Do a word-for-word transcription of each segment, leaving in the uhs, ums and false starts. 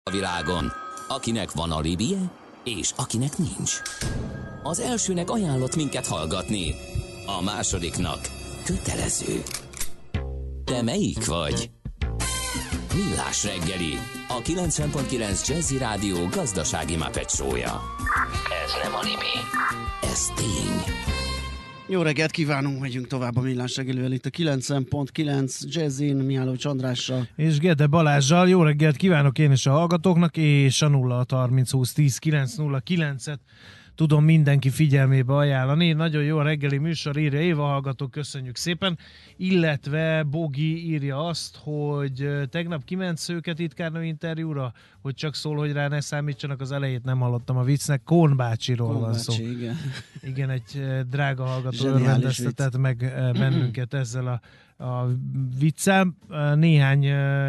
a világon, akinek van alibije, és akinek nincs. Az elsőnek ajánlott minket hallgatni, a másodiknak kötelező. Te melyik vagy? Millás reggeli, a kilencven pont kilenc Jazzy Rádió gazdasági Muppet show-ja. Ez nem anime, ez tény. Jó reggelt kívánunk, megyünk tovább a Millás reggelivel itt a kilencven pont kilenc Jazzin, Mihálovics Andrással. És Gede Balázsral. Jó reggelt kívánok én is a hallgatóknak, és a nulla harminc húsz tíz kilenc nulla kilencet tudom mindenki figyelmébe ajánlani. Nagyon jó a reggeli műsor, írja Éva hallgató, köszönjük szépen. Illetve Bogi írja azt, hogy tegnap kiment Szőke titkárnő interjúra, hogy csak szól, hogy rá ne számítsanak, az elejét nem hallottam a viccnek. Kohn bácsiról Kohn van bácsi, szó. Igen. igen, egy drága hallgató örvendeztetett meg bennünket ezzel a, a viccel. Néhány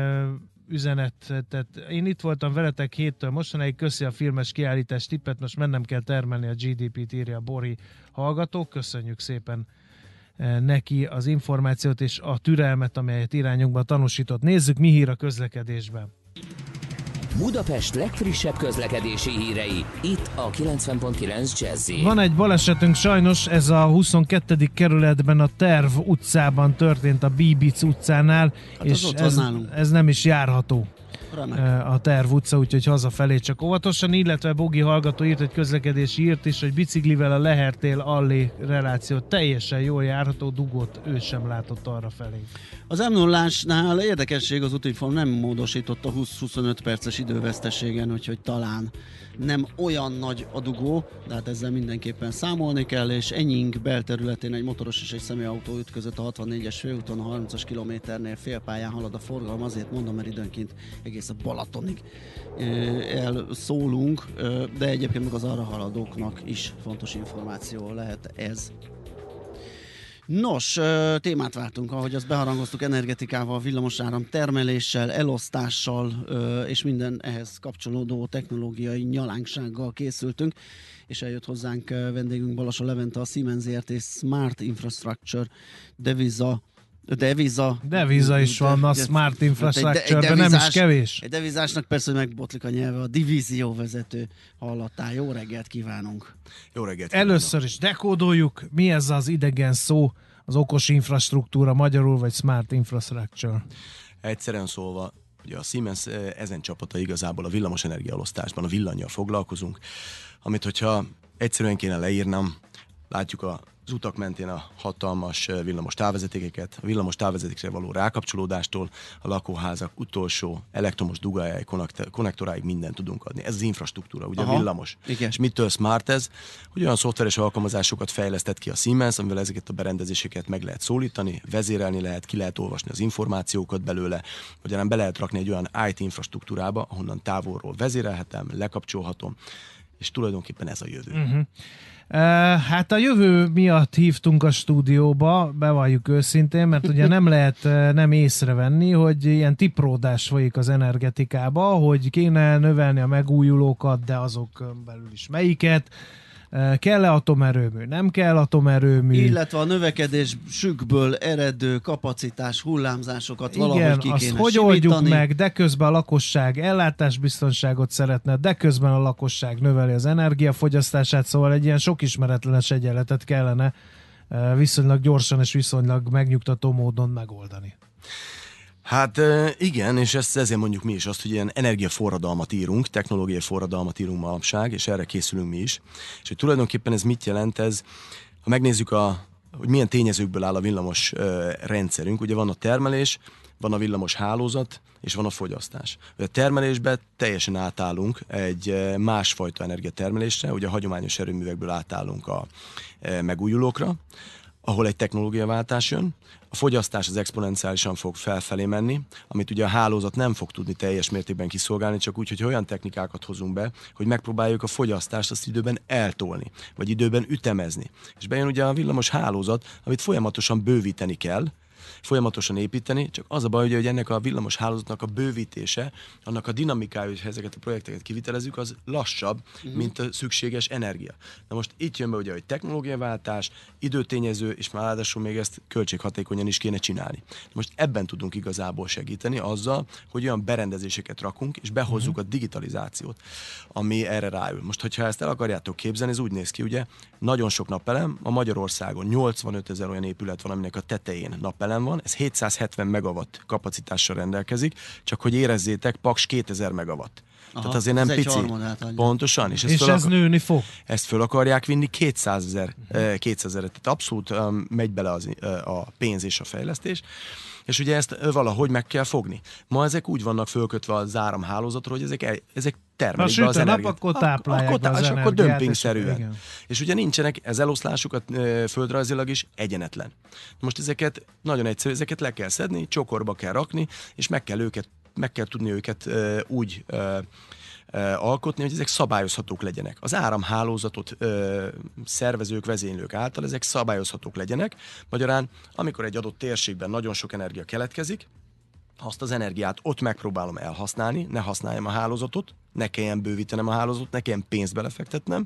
üzenetet. Én itt voltam veletek héttől mostanáig, köszi a filmes kiállítás tippet, most mennem kell termelni a gé dé pét, írja a Bori hallgató. Köszönjük szépen neki az információt és a türelmet, amelyet irányunkban tanúsított. Nézzük, mi hír a közlekedésben. Budapest legfrissebb közlekedési hírei, itt a kilencven pont kilenc Jazzy. Van egy balesetünk sajnos, ez a huszonkettő kerületben a Terv utcában történt, a Bíbic utcánál, hát és ez, ez nem is járható. Remek. A Terv utca, úgyhogy hazafelé csak óvatosan, illetve Bogi hallgató írt egy közlekedési írt is, hogy biciklivel a Lehertél Allé reláció teljesen jól járható, dugót ő sem látott arra felé. Az em nullásnál érdekesség, az útinform nem módosított a húsz-huszonöt perces időveszteségen, úgyhogy talán nem olyan nagy a dugó, de hát ezzel mindenképpen számolni kell, és Enying belterületén egy motoros és egy személyautó ütközött a hatvannégyes főúton, a harmincas kilométernél félpályán halad a forgalom, azért mondom, mert időnként egész a Balatonig elszólunk, de egyébként meg az arra haladóknak is fontos információ lehet ez. Nos, témát váltunk, ahogy azt beharangoztuk, energetikával, villamosáram termeléssel, elosztással és minden ehhez kapcsolódó technológiai nyalánksággal készültünk, és eljött hozzánk vendégünk Balassa Levente, a Siemens zé er té Smart Infrastructure deviza Deviza. Deviza is de, van a de, Smart Infrastructure-ben, nem is kevés. Egy devizásnak persze, hogy megbotlik a nyelve, a divízió vezető hallatán. Jó reggelt kívánunk! Jó reggelt kívánok! Először is dekódoljuk, mi ez az idegen szó, az okos infrastruktúra magyarul, vagy Smart Infrastructure? Egyszerűen szólva, ugye a Siemens ezen csapata igazából a villamosenergia elosztásban, a villannyal foglalkozunk, amit hogyha egyszerűen kéne leírnom, látjuk a az utak mentén a hatalmas villamos távvezetékeket, a villamos távvezetékre való rákapcsolódástól a lakóházak utolsó elektromos dugájáig, konnektoráig mindent tudunk adni. Ez az infrastruktúra, ugye Aha, a villamos. Igen. És mitől smart ez? Hogy olyan szoftveres alkalmazásokat fejlesztett ki a Siemens, amivel ezeket a berendezéseket meg lehet szólítani, vezérelni lehet, ki lehet olvasni az információkat belőle, vagy nem be lehet rakni egy olyan i té infrastruktúrába, ahonnan távolról vezérelhetem, lekapcsolhatom, és tulajdonképpen ez a jövő. Uh-huh. Uh, hát a jövő miatt hívtunk a stúdióba, bevalljuk őszintén, mert ugye nem lehet uh, nem észrevenni, hogy ilyen tipródás folyik az energetikába, hogy kéne növelni a megújulókat, de azok belül is melyiket. Uh, kell-e atomerőmű? Nem kell atomerőmű? Illetve a növekedésükből eredő kapacitás hullámzásokat Igen, valahogy ki kéne azt hogy simítani. oldjuk meg, de közben a lakosság ellátásbiztonságot szeretne, de közben a lakosság növeli az energiafogyasztását, szóval egy ilyen sok ismeretlenes egyenletet kellene uh, viszonylag gyorsan és viszonylag megnyugtató módon megoldani. Hát igen, és ezt ezért mondjuk mi is azt, hogy ilyen energiaforradalmat írunk, technológiai forradalmat írunk manapság, és erre készülünk mi is. És hogy tulajdonképpen ez mit jelent ez? Ha megnézzük, a, hogy milyen tényezőkből áll a villamos uh, rendszerünk, ugye van a termelés, van a villamos hálózat, és van a fogyasztás. A termelésben teljesen átállunk egy másfajta energiatermelésre, ugye a hagyományos erőművekből átállunk a uh, megújulókra, ahol egy technológiaváltás jön, a fogyasztás az exponenciálisan fog felfelé menni, amit ugye a hálózat nem fog tudni teljes mértékben kiszolgálni, csak úgy, hogy olyan technikákat hozunk be, hogy megpróbáljuk a fogyasztást azt időben eltolni, vagy időben ütemezni. És bejön ugye a villamos hálózat, amit folyamatosan bővíteni kell, folyamatosan építeni, csak az a baj, hogy ennek a villamos hálózatnak a bővítése, annak a dinamikája, hogy ezeket a projekteket kivitelezzük, az lassabb, uh-huh. mint a szükséges energia. Na most itt jön be ugye, hogy technológiaváltás, időtényező, és már ráadásul még ezt költséghatékonyan is kéne csinálni. Most ebben tudunk igazából segíteni azzal, hogy olyan berendezéseket rakunk, és behozzuk uh-huh. a digitalizációt, ami erre ráül. Most, hogyha ezt el akarjátok képzelni, ez úgy néz ki, ugye, nagyon sok napelem, a Magyarországon nyolcvanöt ezer olyan épület van, aminek a tetején napelem van, ez hétszázhetven megawatt kapacitással rendelkezik, csak hogy érezzétek, Paks kétezer megawatt. Aha, tehát azért nem pici. Harmadát, pontosan. És, és ez akar... nőni fog. Ezt föl akarják vinni kétszázezer, uh-huh. kétszázezer. Tehát abszolút um, megy bele az, uh, a pénz és a fejlesztés. És ugye ezt valahogy meg kell fogni. Ma ezek úgy vannak fölkötve az áramhálózatra, hogy ezek, ezek termelik be az energiát. Nap, akkor táplálják akkor, be az és energiát. akkor dömpingszerűen. És, és ugye nincsenek, ez eloszlásukat e, földrajzilag is egyenetlen. Most ezeket nagyon egyszerű, ezeket le kell szedni, csokorba kell rakni, és meg kell őket, meg kell tudni őket e, úgy e, alkotni, hogy ezek szabályozhatók legyenek. Az áramhálózatot ö, szervezők, vezénylők által ezek szabályozhatók legyenek. Magyarán, amikor egy adott térségben nagyon sok energia keletkezik, azt az energiát ott megpróbálom elhasználni, ne használjam a hálózatot, ne kelljen bővítenem a hálózatot, ne kelljen pénzt belefektetnem.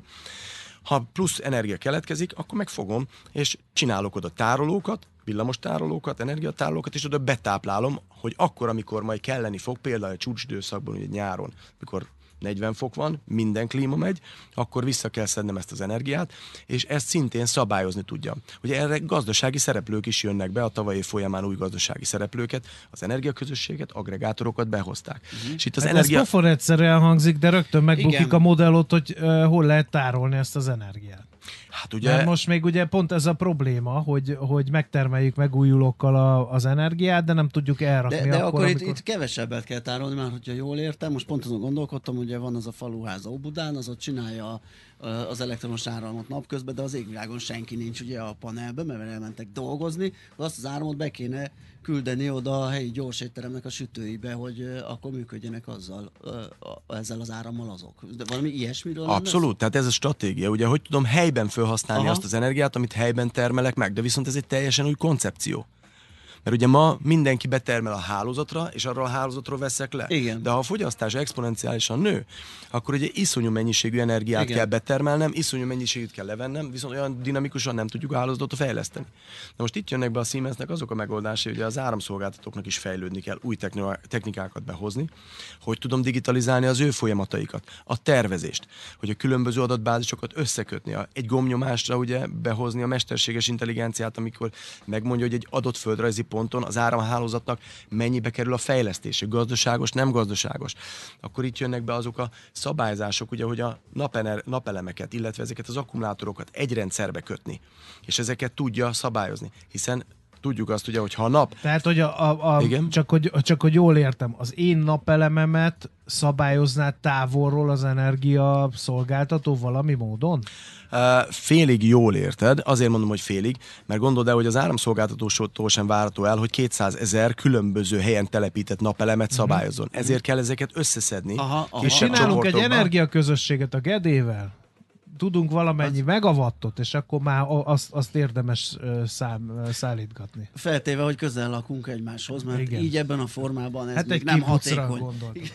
Ha plusz energia keletkezik, akkor megfogom, és csinálok oda tárolókat, villamos tárolókat, energiatárolókat, és oda betáplálom, hogy akkor, amikor majd kelleni fog, például egy csúcsidőszakban, ugye nyáron, mikor negyven fok van, minden klíma megy, akkor vissza kell szednem ezt az energiát, és ezt szintén szabályozni tudja. Ugye erre gazdasági szereplők is jönnek be, a tavalyi év folyamán új gazdasági szereplőket, az energiaközösséget, agregátorokat behozták. Uh-huh. És itt az hát energia... ez pofon egyszerűen hangzik, de rögtön megbukik Igen. a modellot, hogy uh, hol lehet tárolni ezt az energiát. Hát ugye... Mert most még ugye pont ez a probléma, hogy, hogy megtermeljük megújulókkal a, az energiát, de nem tudjuk elrakni. De, de akkor, akkor amikor... itt, itt kevesebbet kell tárolni, mert hogyha jól értem, most pont azon gondolkodtam, ugye van az a faluház Óbudán, az ott csinálja az elektromos áramot napközben, de az égvilágon senki nincs ugye a panelben, mert elmentek dolgozni, azt az áramot be kéne küldeni oda a helyi gyorsétteremnek a sütőibe, hogy akkor működjenek azzal, ezzel az árammal azok. De valami ilyesmiről Abszolút, lesz? Tehát ez a stratégia, ugye, hogy tudom helyben felhasználni Aha. azt az energiát, amit helyben termelek meg, de viszont ez egy teljesen új koncepció. Mert ugye ma mindenki betermel a hálózatra, és arról a hálózatról veszek le. Igen. De ha a fogyasztás exponenciálisan nő, akkor ugye iszonyú mennyiségű energiát Igen. kell betermelnem, iszonyú mennyiségűt kell levennem, viszont olyan dinamikusan nem tudjuk a hálózatot fejleszteni. Na most itt jönnek be a Siemensnek azok a megoldásai, hogy az áramszolgáltatóknak is fejlődni kell, új technikákat behozni, hogy tudom digitalizálni az ő folyamataikat, a tervezést, hogy a különböző adatbázisokat összekötni, egy gombnyomásra ugye behozni a mesterséges intelligenciát, amikor megmondja, hogy egy adott földrajzi ponton az áramhálózatnak mennyibe kerül a fejlesztése, gazdaságos, nem gazdaságos. Akkor itt jönnek be azok a szabályzások, ugye, hogy a napener, napelemeket, illetve ezeket az akkumulátorokat egy rendszerbe kötni, és ezeket tudja szabályozni, hiszen tudjuk azt, ugye, hogy ha a nap... Tehát, hogy, a, a, a, csak, hogy csak hogy jól értem, az én napelememet szabályozná távolról az energia szolgáltató valami módon? Uh, félig jól érted, azért mondom, hogy félig, mert gondold el, hogy az áramszolgáltatótól sem várható el, hogy kétszázezer különböző helyen telepített napelemet uh-huh. szabályozzon. Ezért kell ezeket összeszedni. Aha, aha. És csinálunk egy energiaközösséget a Gedével, tudunk valamennyi az... megawattot, és akkor már azt, azt érdemes szám, szállítgatni. Feltéve, hogy közel lakunk egymáshoz, mert Igen. így ebben a formában ez hát még nem hatékony.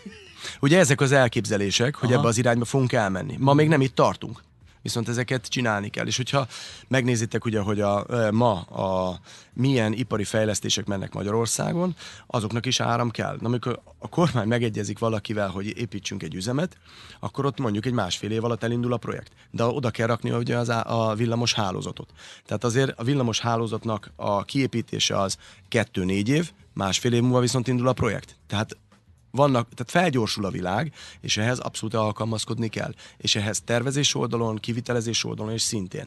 Ugye ezek az elképzelések, hogy Aha. ebbe az irányba fogunk elmenni. Ma még nem itt tartunk. Viszont ezeket csinálni kell. És hogyha megnézitek, ugye, hogy a, ma a, milyen ipari fejlesztések mennek Magyarországon, azoknak is áram kell. Na, amikor a kormány megegyezik valakivel, hogy építsünk egy üzemet, akkor ott mondjuk egy másfél év alatt elindul a projekt. De oda kell rakni ugye az a villamos hálózatot. Tehát azért a villamos hálózatnak a kiépítése az kettő-négy év, másfél év múlva viszont indul a projekt. Tehát vannak, tehát felgyorsul a világ, és ehhez abszolút alkalmazkodni kell. És ehhez tervezés oldalon, kivitelezés oldalon és szintén.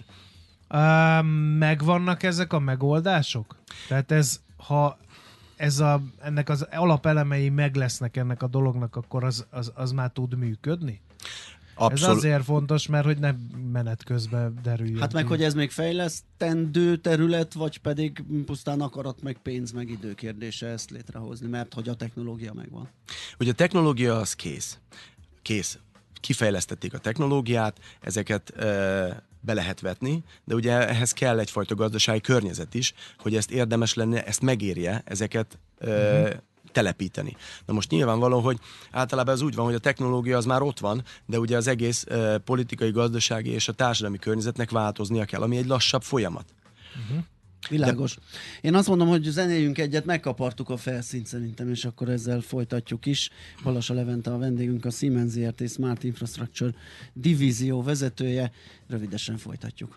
Uh, megvannak ezek a megoldások? Tehát ez, ha ez a, ennek az alapelemei meg lesznek ennek a dolognak, akkor az, az, az már tud működni? Abszolút. Ez azért fontos, mert hogy nem menet közben derüljön. Hát meg, ki. hogy ez még fejlesztendő terület, vagy pedig pusztán akarat, meg pénz, meg idő kérdése ezt létrehozni, mert hogy a technológia megvan. Ugye a technológia az kész. Kész. Kifejlesztették a technológiát, ezeket e, be lehet vetni, de ugye ehhez kell egyfajta gazdasági környezet is, hogy ezt érdemes lenne, ezt megérje, ezeket uh-huh. telepíteni. Na most nyilvánvaló, hogy általában ez úgy van, hogy a technológia az már ott van, de ugye az egész uh, politikai, gazdasági és a társadalmi környezetnek változnia kell, ami egy lassabb folyamat. Uh-huh. Világos. De... Én azt mondom, hogy zenéljünk egyet, megkapartuk a felszínt szerintem, és akkor ezzel folytatjuk is. Balassa Levente a vendégünk, a Siemens zé er té Smart Infrastructure divízió vezetője. Rövidesen folytatjuk.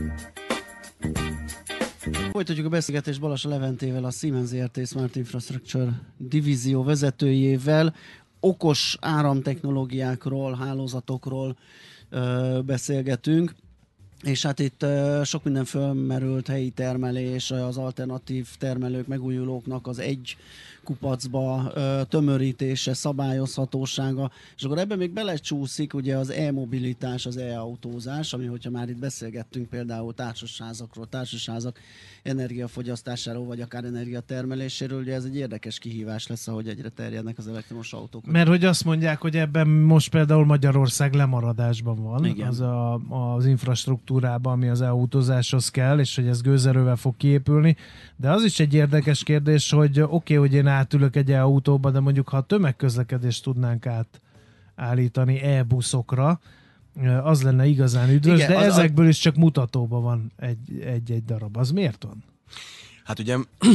Folytatjuk a beszélgetést Balassa Leventével, a Siemens zé er té Smart Infrastructure divízió vezetőjével. Okos áramtechnológiákról, hálózatokról ö, beszélgetünk. És hát itt uh, sok minden fölmerült, helyi termelés, az alternatív termelők, megújulóknak az egy kupacba uh, tömörítése, szabályozhatósága, és akkor ebben még belecsúszik ugye az e-mobilitás, az e-autózás, ami hogyha már itt beszélgettünk például társasházakról, társasházak energiafogyasztásáról, vagy akár energiatermeléséről, ugye ez egy érdekes kihívás lesz, ahogy egyre terjednek az elektromos autók. Mert hogy azt mondják, hogy ebben most például Magyarország lemaradásban van. Igen. Az a, az infrastruktúrában, ami az e-autózáshoz kell, és hogy ez gőzerővel fog kiépülni. De az is egy érdekes kérdés, hogy oké, okay, hogy én átülök egy e-autóba, de mondjuk ha a tömegközlekedést tudnánk átállítani e-buszokra, az lenne igazán üdvös, igen, de az ezekből a... is csak mutatóban van egy-egy darab. Az miért van? Hát ugye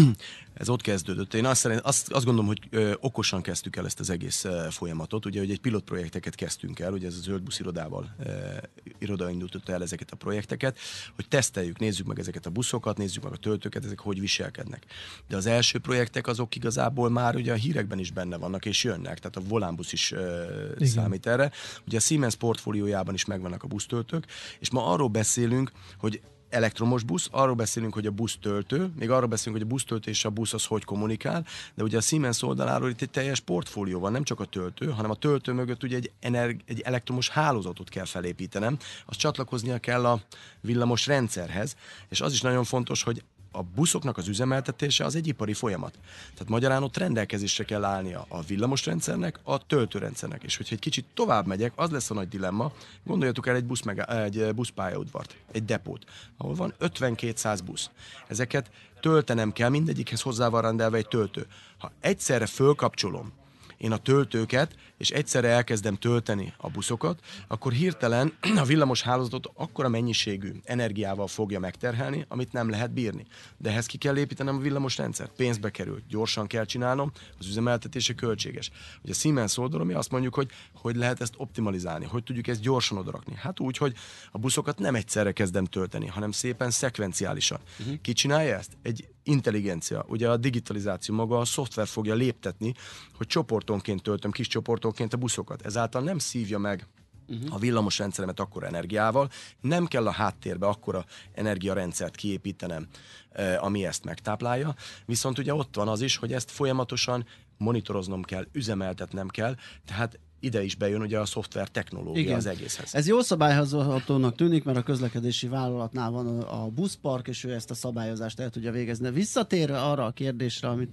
ez ott kezdődött. Én azt, szerint, azt, azt gondolom, hogy ö, okosan kezdtük el ezt az egész ö, folyamatot. Ugye, hogy egy pilotprojekteket kezdtünk el, ugye ez a Zöld Busz irodával ö, iroda indította el ezeket a projekteket, hogy teszteljük, nézzük meg ezeket a buszokat, nézzük meg a töltőket, ezek hogy viselkednek. De az első projektek azok igazából már ugye a hírekben is benne vannak és jönnek, tehát a Volánbusz is ö, számít erre. Ugye a Siemens portfóliójában is megvannak a busztöltők, és ma arról beszélünk, hogy elektromos busz, arról beszélünk, hogy a busz töltő, még arról beszélünk, hogy a busztöltő és a busz az hogy kommunikál, de ugye a Siemens oldaláról itt egy teljes portfólió van, nem csak a töltő, hanem a töltő mögött ugye egy, energi- egy elektromos hálózatot kell felépítenem, az csatlakoznia kell a villamos rendszerhez, és az is nagyon fontos, hogy a buszoknak az üzemeltetése az egy ipari folyamat. Tehát magyarán ott rendelkezésre kell állnia a villamosrendszernek, a töltőrendszernek. És hogyha egy kicsit tovább megyek, az lesz a nagy dilemma. Gondoljatok el egy, busz meg, egy buszpályaudvart, egy depót, ahol van ötven-kétszáz busz. Ezeket töltenem kell, mindegyikhez hozzá van rendelve egy töltő. Ha egyszerre fölkapcsolom én a töltőket, és egyszerre elkezdem tölteni a buszokat, akkor hirtelen a villamos hálózatot akkora mennyiségű energiával fogja megterhelni, amit nem lehet bírni. De ehhez ki kell építenem a villamos rendszert. Pénzbe kerül, gyorsan kell csinálnom, az üzemeltetése költséges. Ugye a Siemens oldalon mi azt mondjuk, hogy hogy lehet ezt optimalizálni, hogy tudjuk ezt gyorsan odarakni. Hát úgy, hogy a buszokat nem egyszerre kezdem tölteni, hanem szépen szekvenciálisan. Uh-huh. Ki csinálja ezt? Egy intelligencia, ugye a digitalizáció maga, a szoftver fogja léptetni, hogy csoportonként töltöm, kis csoportonként a buszokat. Ezáltal nem szívja meg uh-huh. a villamos rendszeremet akkora energiával, nem kell a háttérbe akkora energiarendszert kiépítenem, ami ezt megtáplálja, viszont ugye ott van az is, hogy ezt folyamatosan monitoroznom kell, üzemeltetnem kell, tehát ide is bejön ugye a szoftver technológia. Igen. Az egészhez. Ez jó szabályozhatónak tűnik, mert a közlekedési vállalatnál van a buszpark, és ő ezt a szabályozást el tudja végezni. Visszatérve arra a kérdésre, amit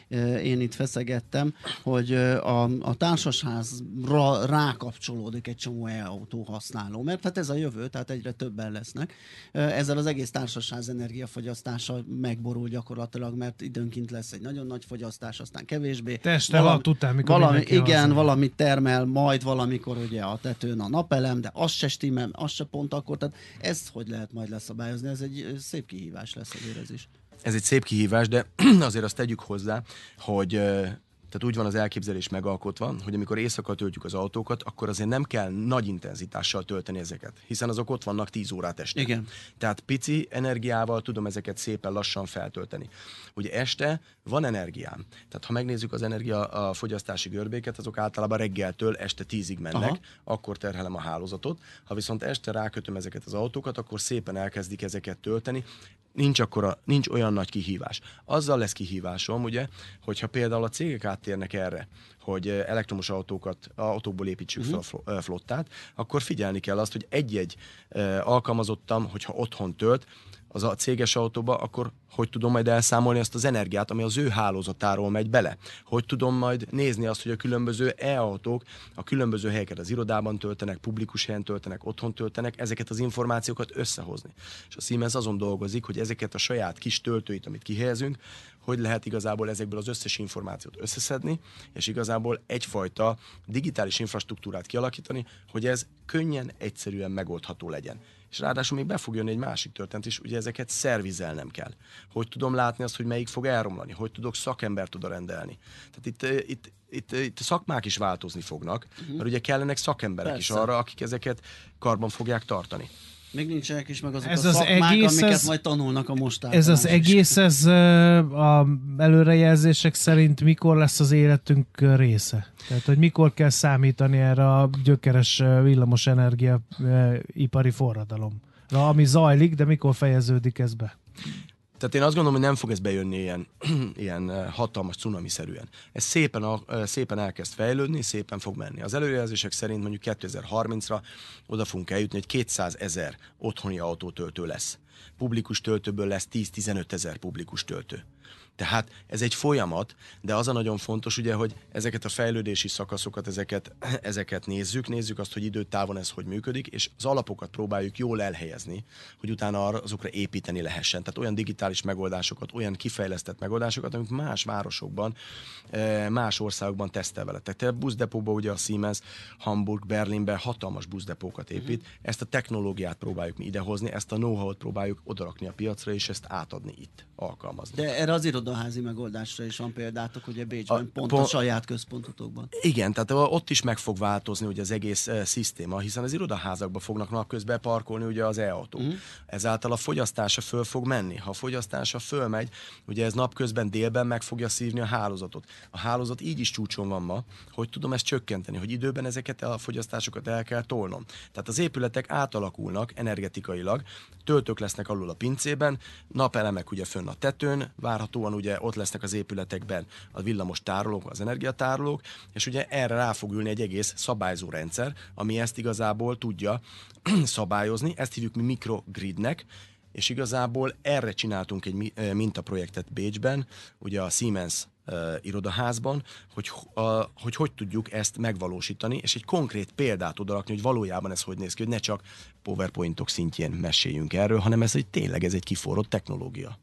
én itt feszegettem, hogy a, a társasházra rákapcsolódik egy csomó e-autó használó, mert hát ez a jövő, tehát egyre többen lesznek. Ezzel az egész társasház energiafogyasztása megborul gyakorlatilag, mert időnként lesz egy nagyon nagy fogyasztás, aztán kevésbé. Teste valami, után, mikor valami, igen, valami termel, majd valamikor ugye a tetőn a napelem, de az se stimmel, az se pont akkor, tehát ezt hogy lehet majd leszabályozni? Ez egy szép kihívás lesz azért ez is. Ez egy szép kihívás, de azért azt tegyük hozzá, hogy tehát úgy van az elképzelés megalkotva, hogy amikor éjszaka töltjük az autókat, akkor azért nem kell nagy intenzitással tölteni ezeket, hiszen azok ott vannak tíz órát este. Igen. Tehát pici energiával tudom ezeket szépen lassan feltölteni. Ugye este van energiám. Tehát ha megnézzük az energiafogyasztási görbéket, azok általában reggeltől este tízig mennek, aha. akkor terhelem a hálózatot. Ha viszont este rákötöm ezeket az autókat, akkor szépen elkezdik ezeket tölteni. Nincs, akkora, nincs olyan nagy kihívás. Azzal lesz kihívásom, ugye, hogyha például a cégek áttérnek erre, hogy elektromos autókat, autókból építsük uh-huh. fel a flottát, akkor figyelni kell azt, hogy egy-egy alkalmazottam, hogyha otthon tölt, az a céges autóba, akkor hogy tudom majd elszámolni azt az energiát, ami az ő hálózatáról megy bele? Hogy tudom majd nézni azt, hogy a különböző e-autók a különböző helyeket az irodában töltenek, publikus helyen töltenek, otthon töltenek, ezeket az információkat összehozni. És a Siemens azon dolgozik, hogy ezeket a saját kis töltőit, amit kihelyezünk, hogy lehet igazából ezekből az összes információt összeszedni, és igazából egyfajta digitális infrastruktúrát kialakítani, hogy ez könnyen, egyszerűen megoldható legyen. És ráadásul még be fog jönni egy másik történet is, ugye ezeket szervizelnem kell. Hogy tudom látni azt, hogy melyik fog elromlani, hogy tudok szakembert oda rendelni. Tehát itt, itt, itt, itt szakmák is változni fognak, uh-huh. mert ugye kellenek szakemberek Persze. is arra, akik ezeket karban fogják tartani. Még nincsenek is meg azok ez a az szakmák, egész, amiket ez, majd tanulnak a most Ez az egész, ez a előrejelzések szerint mikor lesz az életünk része? Tehát, hogy mikor kell számítani erre a gyökeres villamosenergia ipari forradalomra, ami zajlik, de mikor fejeződik ez be? Tehát én azt gondolom, hogy nem fog ez bejönni ilyen, ilyen hatalmas cunami-szerűen. Ez szépen, szépen elkezd fejlődni, szépen fog menni. Az előrejelzések szerint mondjuk kétezer-harmincra oda fogunk eljutni, hogy kétszázezer otthoni autótöltő lesz. Publikus töltőből lesz tíz-tizenöt ezer publikus töltő. Tehát ez egy folyamat, de az a nagyon fontos, ugye, hogy ezeket a fejlődési szakaszokat, ezeket, ezeket nézzük, nézzük azt, hogy időtávon ez hogy működik, és az alapokat próbáljuk jól elhelyezni, hogy utána azokra építeni lehessen. Tehát olyan digitális megoldásokat, olyan kifejlesztett megoldásokat, amik más városokban, más országokban tesztelve lettek. Tehát buszdepóban ugye a Siemens Hamburg, Berlinben hatalmas buszdepókat épít, uh-huh. ezt a technológiát próbáljuk mi idehozni, ezt a know-how-t próbáljuk odarakni a piacra, és ezt átadni itt, alkalmazni. De erre az irodaházi megoldásra is van példátok, ugye Bécsben, a, pont pont a saját központotokban. Igen, tehát ott is meg fog változni ugye az egész uh, szisztéma, hiszen az irodaházakban fognak napközben parkolni ugye az e-autók. Uh-huh. Ezáltal a fogyasztása föl fog menni. Ha a fogyasztása fölmegy, ugye ez napközben délben meg fogja szívni a hálózatot. A hálózat így is csúcson van ma, hogy tudom ezt csökkenteni, hogy időben ezeket a fogyasztásokat el kell tolnom. Tehát az épületek átalakulnak energetikailag, töltők lesznek alul a pincében, napelemek ugye fönn a tetőn, várhatóan ugye ott lesznek az épületekben a villamos tárolók, az energiatárolók, és ugye erre rá fog ülni egy egész szabályzó rendszer, ami ezt igazából tudja szabályozni, ezt hívjuk mi mikrogridnek, és igazából erre csináltunk egy mintaprojektet Bécsben, ugye a Siemens uh, irodaházban, hogy, uh, hogy hogy tudjuk ezt megvalósítani, és egy konkrét példát odarakni, hogy valójában ez hogy néz ki, hogy ne csak PowerPointok szintjén meséljünk erről, hanem ez egy tényleg ez egy kiforrott technológia.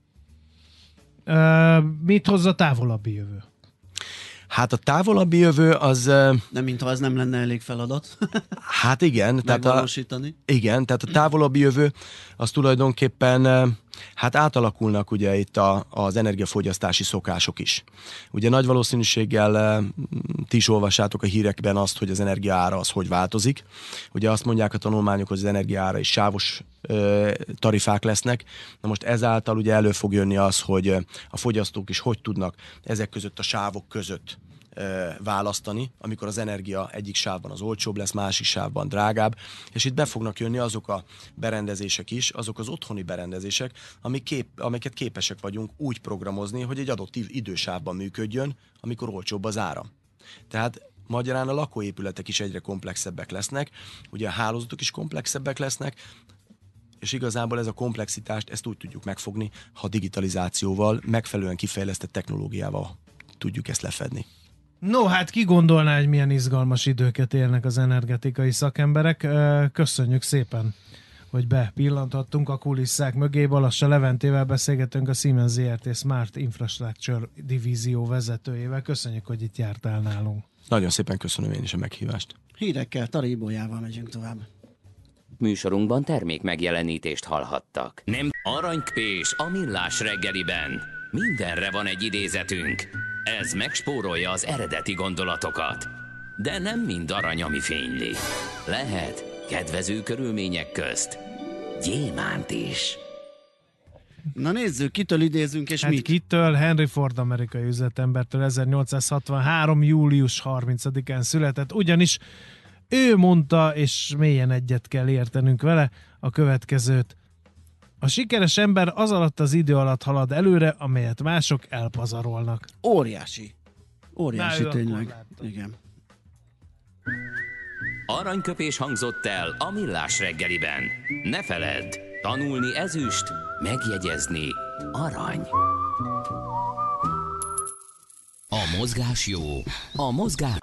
Uh, mit hoz a távolabbi jövő? Hát a távolabbi jövő az... Nem, mintha ez nem lenne elég feladat. Hát igen. Megvalósítani. Tehát a, igen, tehát a távolabbi jövő az tulajdonképpen hát átalakulnak ugye itt a, az energiafogyasztási szokások is. Ugye nagy valószínűséggel ti is olvassátok a hírekben azt, hogy az energia ára az hogy változik. Ugye azt mondják a tanulmányok, hogy az energia ára is sávos ö, tarifák lesznek. Na most ezáltal ugye elő fog jönni az, hogy a fogyasztók is hogy tudnak ezek között a sávok között választani, amikor az energia egyik sávban az olcsóbb lesz, másik sávban drágább, és itt be fognak jönni azok a berendezések is, azok az otthoni berendezések, amik kép, amiket képesek vagyunk úgy programozni, hogy egy adott idősávban működjön, amikor olcsóbb az áram. Tehát magyarán a lakóépületek is egyre komplexebbek lesznek, ugye a hálózatok is komplexebbek lesznek, és igazából ez a komplexitást, ezt úgy tudjuk megfogni, ha digitalizációval, megfelelően kifejlesztett technológiával tudjuk ezt lefedni. No, hát ki gondolná, hogy milyen izgalmas időket élnek az energetikai szakemberek. Köszönjük szépen, hogy bepillanthattunk a kulisszák mögé. Balassa Leventével beszélgetünk, a Siemens zé er té Smart Infrastructure divízió vezetőjével. Köszönjük, hogy itt jártál nálunk. Nagyon szépen köszönöm én is a meghívást. Hírekkel, Tari Bolyával megyünk tovább. Műsorunkban termék megjelenítést hallhattak. Nem Aranykpés a millás reggeliben. Mindenre van egy idézetünk. Ez megspórolja az eredeti gondolatokat. De nem mind arany, ami fényli. Lehet kedvező körülmények közt gyémánt is. Na nézzük, kitől idézünk és hát mit? kitől? Henry Ford amerikai üzletembertől ezernyolcszázhatvanhárom. július harmincadikán született, ugyanis ő mondta, és mélyen egyet kell értenünk vele, a következőt. A sikeres ember az alatt az idő alatt halad előre, amelyet mások elpazarolnak. Óriási. Óriási Na, tényleg. Igen. Aranyköpés hangzott el a millás reggeliben. Ne feledd, Tanulni ezüst, megjegyezni arany. A mozgás jó, a mozgás...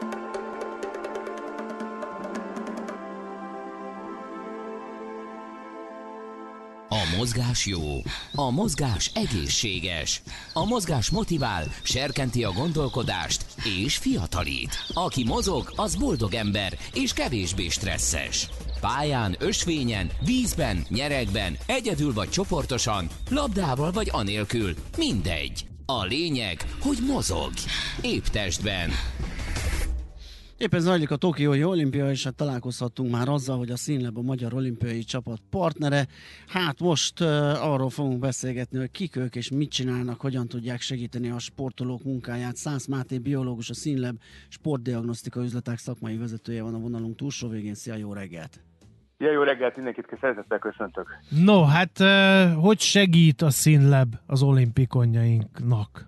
A mozgás jó, a mozgás egészséges, a mozgás motivál, serkenti a gondolkodást és fiatalít. Aki mozog, az boldog ember és kevésbé stresszes. Pályán, ösvényen, vízben, nyeregben, egyedül vagy csoportosan, labdával vagy anélkül, mindegy. A lényeg, hogy mozog. Épp testben. Éppen zajlik a Tokiói olimpia, és hát találkozhattunk már azzal, hogy a Színlab a magyar olimpiai csapat partnere. Hát most uh, arról fogunk beszélgetni, hogy kik ők és mit csinálnak, hogyan tudják segíteni a sportolók munkáját. Szász Máté biológus, a Színlab sportdiagnosztika üzletág szakmai vezetője van a vonalunk túlsó végén. Szia, jó reggelt! Ja, jó reggelt, mindenkit szeretettel köszöntök. No, hát uh, hogy segít a Színlab az olimpikonjainknak?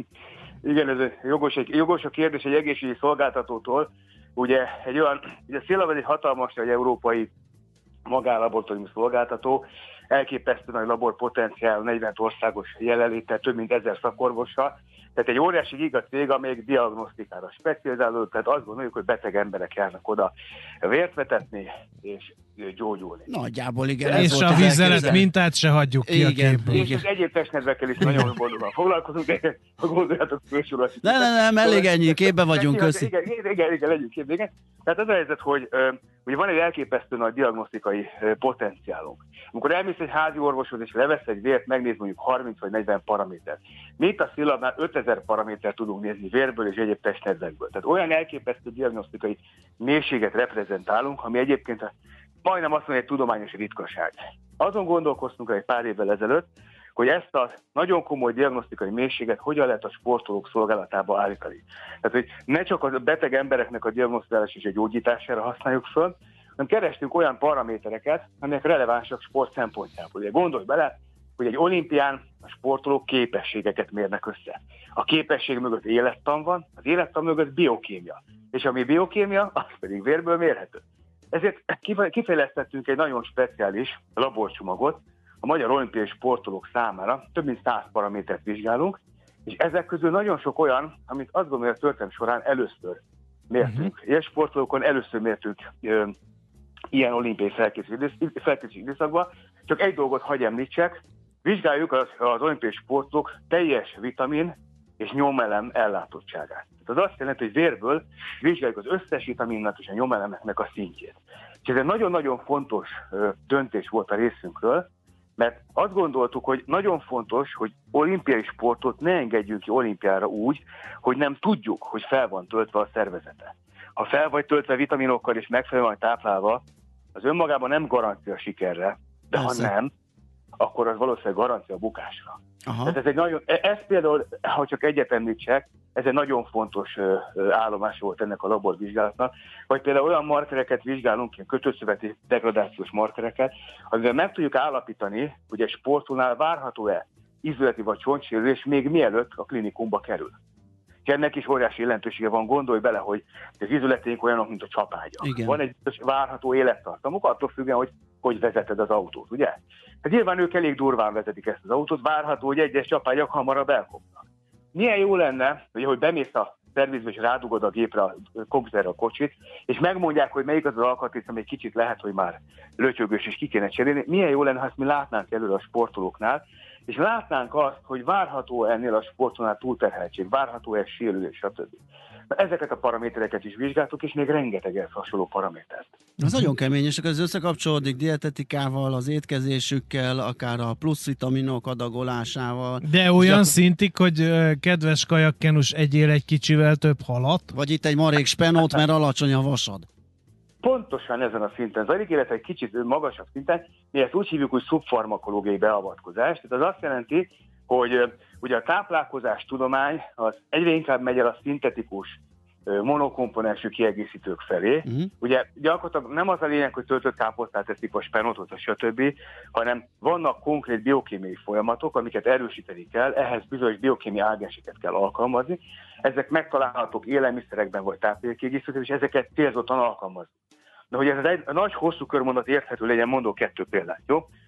Igen, ez jogos, egy, jogos a kérdés egy egészségügyi szolgáltatótól. Ugye egy olyan, ugye a Színlab egy hatalmas, egy európai magánlaboratóriumi szolgáltató, elképesztő nagy laborpotenciál, negyven országos jelenléttel, több mint ezer szakorvossal. Tehát egy óriási gigacég, amelyik diagnosztikára specializálódott, tehát azt gondoljuk, hogy beteg emberek járnak oda vért vetetni és gyógyulni. Nagyjából igen. Ez És volt a vízzelet mintát se hagyjuk ki igen, a képből. És az egyéb testnedvekkel is nagyon boldogan foglalkozunk, de ha gondoljátok fősorolni. Nem, nem, nem, elég ennyi, képbe vagyunk, köszi. Igen, igen, igen, igen, legyünk képbe, igen. Tehát az a helyzet, hogy uh, ugye van egy elképesztő nagy diagnosztikai uh, potenciálunk. Amikor elmész egy házi orvoshoz és levesz egy vért, megnéz mondjuk harminc vagy negyven paramétert. Mi itt a Színlabnál ötezer paramétert tudunk nézni vérből és egyéb testnedvekből. Tehát olyan elképesztő diagnosztikai mélységet reprezentálunk, ami egyébként majdnem azt mondja, egy tudományos ritkaság. Azon gondolkoztunk egy pár évvel ezelőtt, hogy ezt a nagyon komoly diagnosztikai mélységet hogyan lehet a sportolók szolgálatába állítani. Tehát, hogy ne csak a beteg embereknek a diagnosztizálás és a gyógyítására használjuk föl, hanem kerestünk olyan paramétereket, amelyek relevánsak sport szempontjából. Ugye gondolj bele, hogy egy olimpián a sportolók képességeket mérnek össze. A képesség mögött élettan van, az élettan mögött biokémia. És ami biokémia, az pedig vérből mérhető. Ezért kifejlesztettünk egy nagyon speciális laborcsomagot a magyar olimpiai sportolók számára. Több mint száz paramétert vizsgálunk, és ezek közül nagyon sok olyan, amit azt gondolom, hogy a történelem során először mértünk. Uh-huh. Ilyen sportolókon először mértünk ö, ilyen olimpiai felkészülési időszakban. Csak egy dolgot hagy említsek, vizsgáljuk az, az olimpiai sportolók teljes vitamin és nyomelem ellátottságát. Ez azt jelenti, hogy vérből vizsgáljuk az összes vitaminnak és a nyomelemeknek a szintjét. És ez egy nagyon-nagyon fontos ö, döntés volt a részünkről, mert azt gondoltuk, hogy nagyon fontos, hogy olimpiai sportot ne engedjünk ki olimpiára úgy, hogy nem tudjuk, hogy fel van töltve a szervezete. Ha fel vagy töltve vitaminokkal és megfelelően táplálva, az önmagában nem garancia sikerre, de Persze. ha nem, akkor az valószínűleg garancia a bukásra. Tehát ez egy nagyon, ez például, ha csak egyet említsek, ez egy nagyon fontos állomás volt ennek a laborvizsgálatnak, vagy például olyan markereket vizsgálunk, ilyen kötőszöveti degradációs markereket, amivel meg tudjuk állapítani, hogy egy sportolónál várható-e izületi vagy csontsérülés még mielőtt a klinikumba kerül. És ennek is óriási jelentősége van, gondolj bele, hogy az izületénk olyanok, mint a csapágyak. Igen. Van egy várható élettartamuk, attól függően, hogy hogy vezeted az autót, ugye? Hát nyilván ők elég durván vezetik ezt az autót, várható, hogy egyes csapágyak hamarabb elkopnak. Milyen jó lenne, hogy, hogy bemész a szervizbe és rádugod a gépre, a komputerre a kocsit, és megmondják, hogy melyik az az alkatrész, ami egy kicsit lehet, hogy már lötyögős és ki kéne cserélni. Milyen jó lenne, ha ezt mi látnánk előre a sportolóknál, és látnánk azt, hogy várható ennél a sportolónál túlterheltség, várható-e sérülés, stb. Ezeket a paramétereket is vizsgáltuk, és még rengeteg ezt hasonló paramétert. Az nagyon kemény, és ez összekapcsolódik dietetikával, az étkezésükkel, akár a plusz vitaminok adagolásával. De olyan gyakor... szintig, hogy kedves kajakkenus, egyél egy kicsivel több halat? Vagy itt egy marék spenót, mert alacsony a vasad. Pontosan ezen a szinten zajlik, illetve egy kicsit magasabb szinten, mi ezt úgy hívjuk, hogy szubfarmakológiai beavatkozás. Tehát az azt jelenti, hogy ugye a táplálkozás tudomány az egyre inkább megy el a szintetikus monokomponensű kiegészítők felé. Uh-huh. Ugye gyakorlatilag nem az a lényeg, hogy töltött káposztát teszik, a spenótot, stb., hanem vannak konkrét biokémiai folyamatok, amiket erősíteni kell, ehhez bizonyos biokémiai ágenseket kell alkalmazni. Ezek megtalálhatók élelmiszerekben vagy táplálékkiegészítőkben, és ezeket célzottan alkalmazni. De hogy ez egy nagy, hosszú körmondat érthető legyen, mondok kettő példát, jó?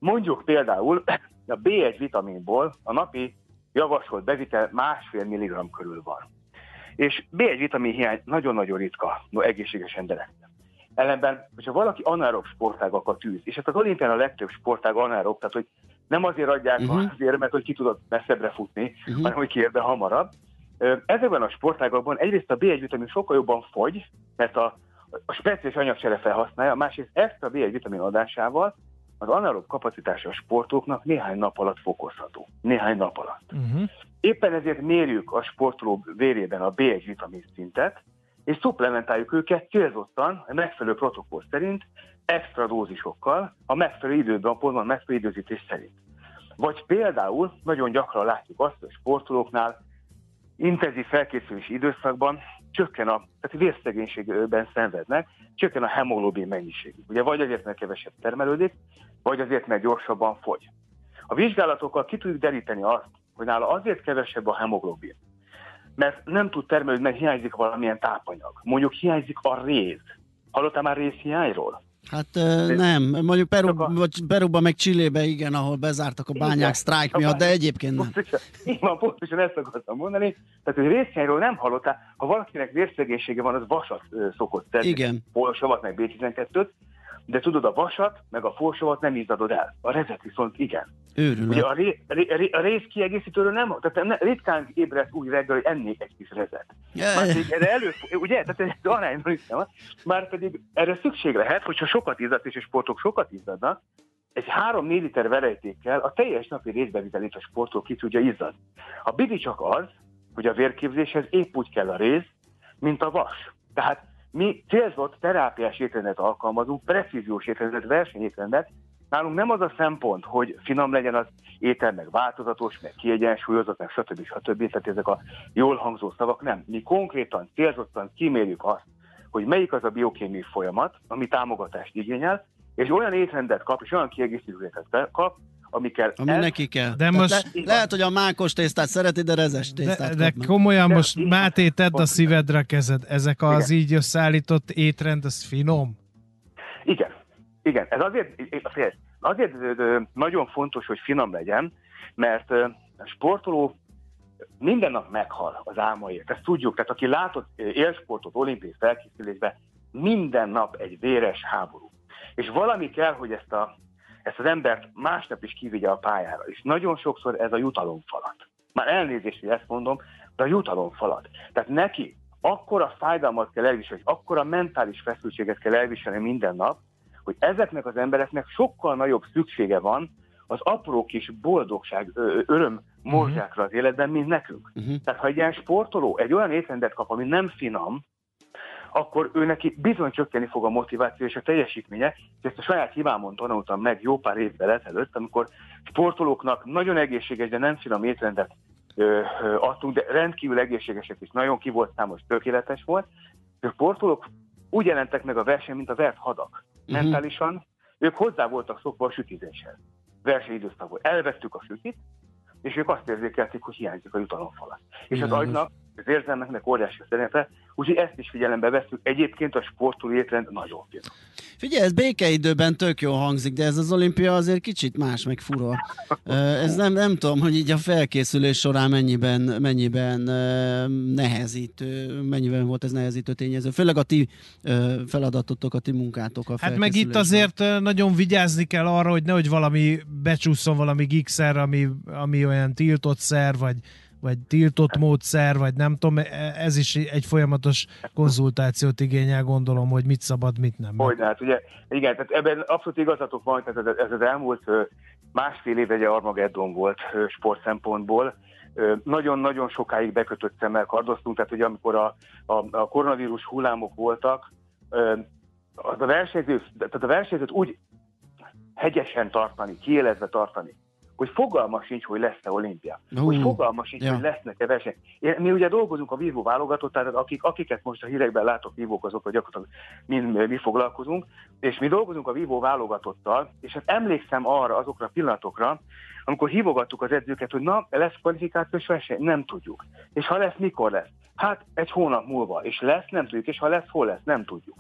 Mondjuk például a bé egy vitaminból a napi javasolt bevitel másfél milligramm körül van. És bé egy vitamin hiány nagyon-nagyon ritka no, egészséges embereknek. Ellenben, hogyha valaki anaerob sportágakat űz, és hát az olimpián a legtöbb sportág anaerob, tehát hogy nem azért adják uh-huh. az érmet, hogy ki tudod messzebbre futni, uh-huh. hanem hogy kiérde hamarabb. Ezekben a sportágakban egyrészt a bé egy vitamin sokkal jobban fogy, mert a, a speciális anyagcsere felhasználja, másrészt extra bé egy vitamin adásával az anaerob kapacitása a sportolóknak néhány nap alatt fokozható. Néhány nap alatt. Uh-huh. Éppen ezért mérjük a sportoló vérében a bé egy vitamin szintet, és szuplementáljuk őket célzottan, a megfelelő protokoll szerint, extra dózisokkal, a megfelelő időben, pontban megfelelő időzítés szerint. Vagy például nagyon gyakran látjuk azt, hogy a sportolóknál intenzív felkészülési időszakban csökken a, tehát vérszegénységben szenvednek, csökken a hemoglobin mennyiség. Ugye vagy azért, mert kevesebb termelődik, vagy azért, mert gyorsabban fogy. A vizsgálatokkal ki tudjuk deríteni azt, hogy nála azért kevesebb a hemoglobin, mert nem tud termelődni, mert hiányzik valamilyen tápanyag. Mondjuk hiányzik a réz. Hallottál már rézhiányról? Hát uh, nem, mondjuk Peru, a... vagy Peruban meg Chilében igen, ahol bezártak a bányák sztrájk miatt, de egyébként nem. Így van, pontosan ezt akartam mondani. Tehát, hogy részhiányról nem hallottál, ha valakinek vérszegénysége van, az vasat uh, szokott tenni. Igen. Folsavat, meg bé tizenkettőt, de tudod, a vasat, meg a folsavat nem izzadod el. A rezet viszont igen. Őrülök. Ugye a, ré, ré, a rézkiegészítőről nem, tehát ritkán ébredt úgy reggel, hogy ennék egy kis rezet. Már pedig erre elő, ugye, tehát ez arányban is nem, már pedig erre szükség lehet, hogyha sokat izzadsz, és a sportok sokat izzadnak, egy három-négy liter verejtékkel a teljes napi részbevitelét a sportoló ki tudja izzadni. A bidi csak az, hogy a vérképzéshez épp úgy kell a réz, mint a vas. Tehát mi célzott terápiás étrendet alkalmazunk, precíziós étrendet, versenyétrendet. Nálunk nem az a szempont, hogy finom legyen az étel, meg változatos, meg kiegyensúlyozott, meg stb. stb. Tehát ezek a jól hangzó szavak, nem. Mi konkrétan, célzottan kimérjük azt, hogy melyik az a biokémiai folyamat, ami támogatást igényel, és olyan étrendet kap, és olyan kiegészítőket kap, amikkel... Ami el... neki kell. De most... le, lehet, hogy a mákos tésztát szereti, de rezes tésztát De, de komolyan de, most, Máté, tedd a szívedre kezed. Ezek az igen. így összeállított étrend, az finom? Igen. Igen. Ez azért, azért nagyon fontos, hogy finom legyen, mert a sportoló minden nap meghal az álmaért. Ezt tudjuk. Tehát aki látott élsportot olimpiai felkészülésben, minden nap egy véres háború. És valami kell, hogy ezt a ezt az embert másnap is kivigye a pályára. És nagyon sokszor ez a jutalomfalat. Már elnézést, hogy ezt mondom, de a jutalomfalat. Tehát neki akkora fájdalmat kell elviselni, akkora mentális feszültséget kell elviselni minden nap, hogy ezeknek az embereknek sokkal nagyobb szüksége van az apró kis boldogság, öröm morzsákra az életben, mint nekünk. Uh-huh. Tehát ha egy ilyen sportoló egy olyan étrendet kap, ami nem finom, akkor ő neki bizony csökkenni fog a motiváció és a teljesítménye, és ezt a saját hibámon tanultam meg jó pár évvel ezelőtt, amikor sportolóknak nagyon egészséges, de nem finom étrendet ö, ö, adtunk, de rendkívül egészségesek is, nagyon ki volt számos, tökéletes volt. A sportolók úgy jelentek meg a verseny, mint a vert hadak. Uh-huh. Mentálisan ők hozzá voltak szokva a sütizéshez. Versenyidőszakból elvettük a sütit, és ők azt érzékelték, hogy hiányzik a jutalomfalat. És az agynak, az érzelmeknek óriási a szerepe, úgyhogy ezt is figyelembe veszünk. Egyébként a sportoló étrend nagyon finom. Figyelj, ez békeidőben tök jó hangzik, de ez az olimpia azért kicsit más, meg fura. Ez nem, nem tudom, hogy így a felkészülés során mennyiben, mennyiben nehezítő, mennyiben volt ez nehezítő tényező. Főleg a ti feladatotok, a ti munkátok a Hát meg itt azért nagyon vigyázni kell arra, hogy nehogy valami becsúszson valami gigszer, ami, ami olyan tiltott szer, vagy vagy tiltott módszer, vagy nem tudom, ez is egy folyamatos konzultációt igényel, gondolom, hogy mit szabad, mit nem. Hogy hát ugye, igen, tehát ebben abszolút igazatok van, tehát ez az elmúlt másfél év egy Armageddon volt sport szempontból. Nagyon-nagyon sokáig bekötött szemmel kardoztunk, tehát ugye amikor a, a, a koronavírus hullámok voltak, az a versenyző, tehát a versenyzőt úgy hegyesen tartani, kiélezve tartani, hogy fogalma sincs, hogy lesz-e olimpia. Uh, hogy fogalma sincs, ja. hogy lesznek-e verseny. Mi ugye dolgozunk a vívó válogatott, tehát akik, akiket most a hírekben látok vívók, azok gyakorlatilag mi, mi foglalkozunk, és mi dolgozunk a vívó válogatottal, és hát emlékszem arra, azokra a pillanatokra, amikor hívogattuk az edzőket, hogy na, lesz kvalifikációs verseny? Nem tudjuk. És ha lesz, mikor lesz? Hát egy hónap múlva. És lesz, nem tudjuk. És ha lesz, hol lesz? Nem tudjuk.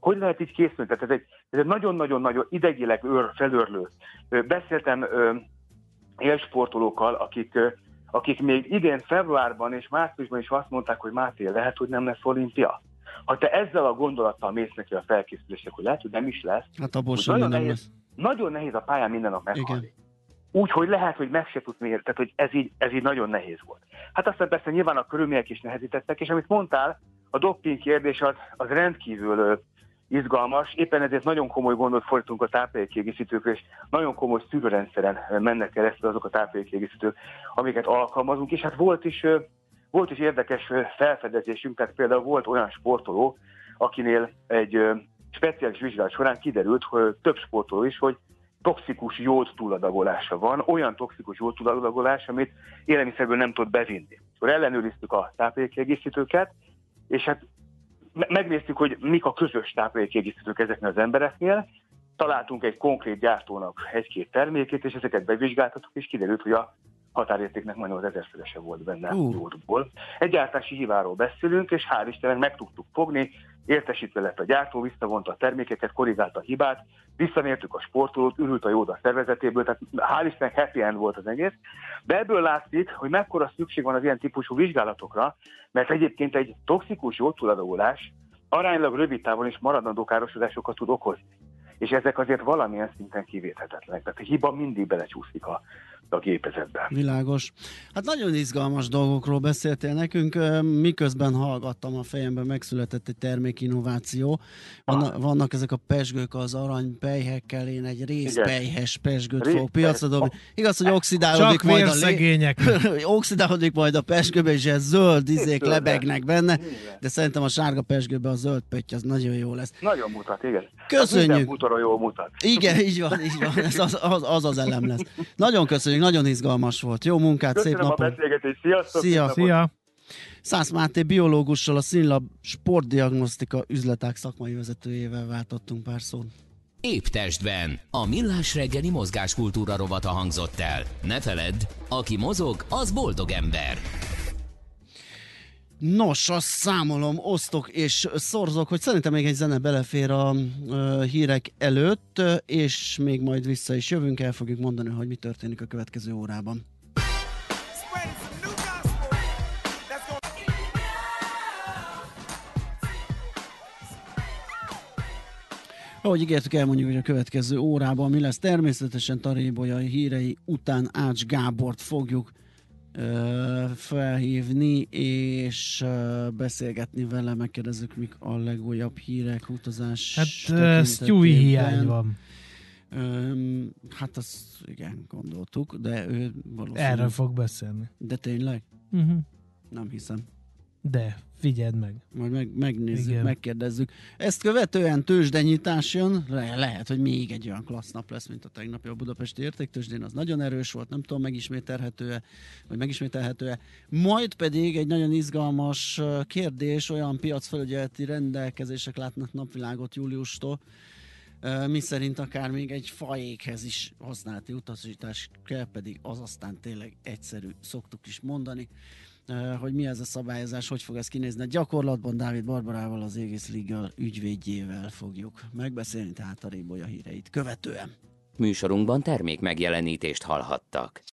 hogy lehet így készülni? Tehát ez egy, ez egy nagyon-nagyon-nagyon idegileg őr, felőrlő. Beszéltem ö, élsportolókkal, akik, ö, akik még idén februárban és márciusban is azt mondták, hogy Máté, lehet, hogy nem lesz olimpia. Ha te ezzel a gondolattal mész neki a felkészülésnek, hogy lehet, hogy nem is lesz, Hát abból sem nagyon, nem nehéz, lesz. nagyon nehéz a pályán minden nap meghalni. Igen. Úgy, hogy lehet, hogy meg se tudsz mérni, tehát hogy ez így, ez így nagyon nehéz volt. Hát aztán persze nyilván a körülmények is nehezítettek, és amit mondtál, a doping kérdés az, az rendkívül ö, izgalmas, éppen ezért nagyon komoly gondot fordítunk a táplálékkiegészítőkre, és nagyon komoly szűrőrendszeren mennek keresztül azok a táplálékkiegészítők, amiket alkalmazunk, és hát volt is, ö, volt is érdekes ö, felfedezésünk, tehát például volt olyan sportoló, akinél egy ö, speciális vizsgálat során kiderült, hogy több sportoló is, hogy toxikus jód túladagolása van, olyan toxikus jód túladagolás, amit élelmiszerből nem tud bevinni. Akkor ellenőriztük a táplálékkiegészítőket, és hát me- megnéztük, hogy mik a közös táplálékkiegészítők ezeknél az embereknél, találtunk egy konkrét gyártónak egy-két termékét, és ezeket bevizsgáltattuk, és kiderült, hogy a határértéknek majdnem az ezerszerese volt benne Uh. jódból. Egy gyártási hibáról beszélünk, és hál' Istennek meg tudtuk fogni, értesítve lett a gyártó, visszavonta a termékeket, korrigálta a hibát, visszamértük a sportolót, ürült a jód a szervezetéből, tehát hál' Istennek happy end volt az egész, de ebből látszik, hogy mekkora szükség van az ilyen típusú vizsgálatokra, mert egyébként egy toxikus jód túladagolás aránylag rövid távon is maradandó károsodásokat tud okozni. És ezek azért valamilyen szinten kivéthetetlenek. Tehát a hiba mindig belecsúszik a, a gépezetbe. Világos. Hát nagyon izgalmas dolgokról beszéltél nekünk, miközben hallgattam, a fejemben megszületett egy termékinnováció. Vannak, vannak ezek a pezsgők az aranypelyhekkel, én egy részpelyhes pezsgőt fogok piacra dobni. Igaz, hogy oxidálódik Csak majd a vérszegények. lé... oxidálódik majd a pezsgőbe, és ez zöld izék lebegnek benne, de szerintem a sárga pezsgőbe a zöld pötty az nagyon jó lesz. Nagyon mutat, igen. Köszönjük. Minden bútorra jól mutat. Igen, így van, így van. Ez az az, az, az elem lesz. Nagyon köszönjük, nagyon izgalmas volt. Jó munkát, Köszönöm szép napot. a beszélgetést, sziasztok! Szia. Szia! Szász Máté biológussal, a Színlab sportdiagnosztika üzletág szakmai vezetőjével váltottunk pár szót. Épp testben. A Millás reggeli mozgáskultúra rovata hangzott el. Ne feledd, aki mozog, az boldog ember. Nos, azt számolom, osztok és szorzok, hogy szerintem még egy zene belefér a uh, hírek előtt, és még majd vissza is jövünk, el fogjuk mondani, hogy mi történik a következő órában. Ahogy ígértük, elmondjuk, hogy a következő órában mi lesz. Természetesen Tarébolyai hírei után Ács Gábort fogjuk ö, felhívni, és ö, beszélgetni vele, megkérdezzük, mik a legújabb hírek, utazás Hát uh, Stewie hiány van. Ö, hát azt igen, gondoltuk, de ő valószínűleg... Erről fog beszélni. De tényleg? Uh-huh. Nem hiszem. De, figyeld meg. Majd meg, megnézzük, Igen. megkérdezzük. Ezt követően tőzsdenyítás jön, Le- lehet, hogy még egy olyan klassz nap lesz, mint a tegnapi a budapesti értéktőzsdén, az nagyon erős volt, nem tudom, megismételhető-e, vagy megismételhető-e. Majd pedig egy nagyon izgalmas uh, kérdés, olyan piacfelügyeleti rendelkezések látnak napvilágot júliustól, uh, mi szerint akár még egy faékhez is használati utasítás kell, pedig az aztán tényleg egyszerű, szoktuk is mondani. Uh, hogy mi ez a szabályozás, hogy fog ez kinézni a gyakorlatban. Dávid Barbarával, az Egész Legal ügyvédjével fogjuk megbeszélni, tehát a Rébolya híreit követően. Műsorunkban termék megjelenítést hallhattak.